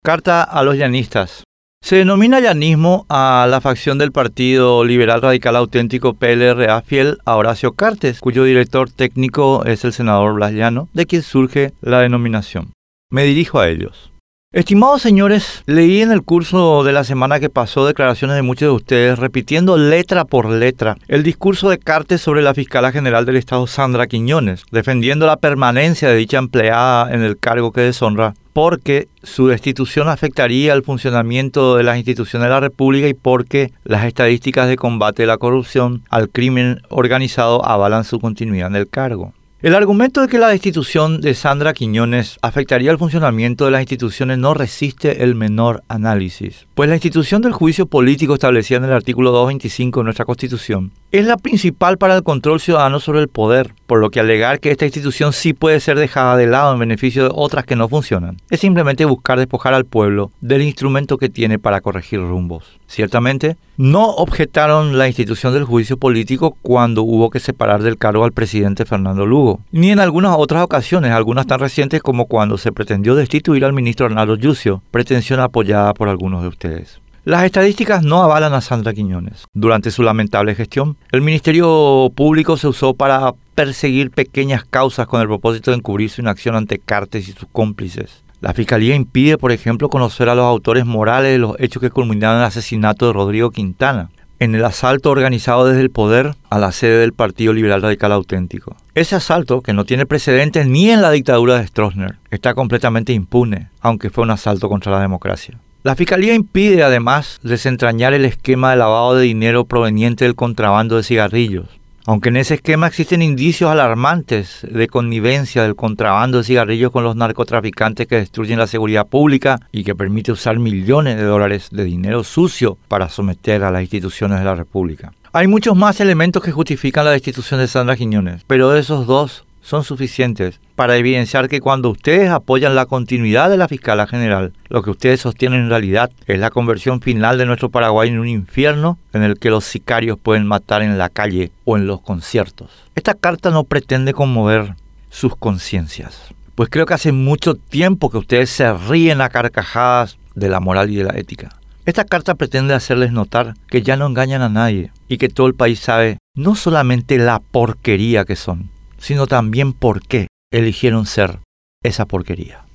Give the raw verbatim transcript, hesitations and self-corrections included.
Carta a los llanistas. Se denomina llanismo a la facción del Partido Liberal Radical Auténtico P L R A fiel a Horacio Cartes, cuyo director técnico es el senador Blas Llano, de quien surge la denominación. Me dirijo a ellos. Estimados señores, leí en el curso de la semana que pasó declaraciones de muchos de ustedes repitiendo letra por letra el discurso de Cartes sobre la fiscala general del Estado Sandra Quiñones, defendiendo la permanencia de dicha empleada en el cargo que deshonra, porque su destitución afectaría el funcionamiento de las instituciones de la República y porque las estadísticas de combate de la corrupción al crimen organizado avalan su continuidad en el cargo. El argumento de que la destitución de Sandra Quiñones afectaría el funcionamiento de las instituciones no resiste el menor análisis, pues la institución del juicio político establecida en el artículo doscientos veinticinco de nuestra Constitución es la principal para el control ciudadano sobre el poder, por lo que alegar que esta institución sí puede ser dejada de lado en beneficio de otras que no funcionan es simplemente buscar despojar al pueblo del instrumento que tiene para corregir rumbos. Ciertamente, no objetaron la institución del juicio político cuando hubo que separar del cargo al presidente Fernando Lugo, ni en algunas otras ocasiones, algunas tan recientes como cuando se pretendió destituir al ministro Arnaldo Yucio, pretensión apoyada por algunos de ustedes. Las estadísticas no avalan a Sandra Quiñones. Durante su lamentable gestión, el Ministerio Público se usó para perseguir pequeñas causas con el propósito de encubrir su inacción ante Cartes y sus cómplices. La Fiscalía impide, por ejemplo, conocer a los autores morales de los hechos que culminaron en el asesinato de Rodrigo Quintana, en el asalto organizado desde el poder a la sede del Partido Liberal Radical Auténtico. Ese asalto, que no tiene precedentes ni en la dictadura de Stroessner, está completamente impune, aunque fue un asalto contra la democracia. La Fiscalía impide, además, desentrañar el esquema de lavado de dinero proveniente del contrabando de cigarrillos, aunque en ese esquema existen indicios alarmantes de connivencia del contrabando de cigarrillos con los narcotraficantes que destruyen la seguridad pública y que permite usar millones de dólares de dinero sucio para someter a las instituciones de la República. Hay muchos más elementos que justifican la destitución de Sandra Quiñones, pero esos dos son suficientes para evidenciar que cuando ustedes apoyan la continuidad de la fiscala general, lo que ustedes sostienen en realidad es la conversión final de nuestro Paraguay en un infierno en el que los sicarios pueden matar en la calle o en los conciertos. Esta carta no pretende conmover sus conciencias, pues creo que hace mucho tiempo que ustedes se ríen a carcajadas de la moral y de la ética. Esta carta pretende hacerles notar que ya no engañan a nadie y que todo el país sabe no solamente la porquería que son, sino también por qué eligieron ser esa porquería.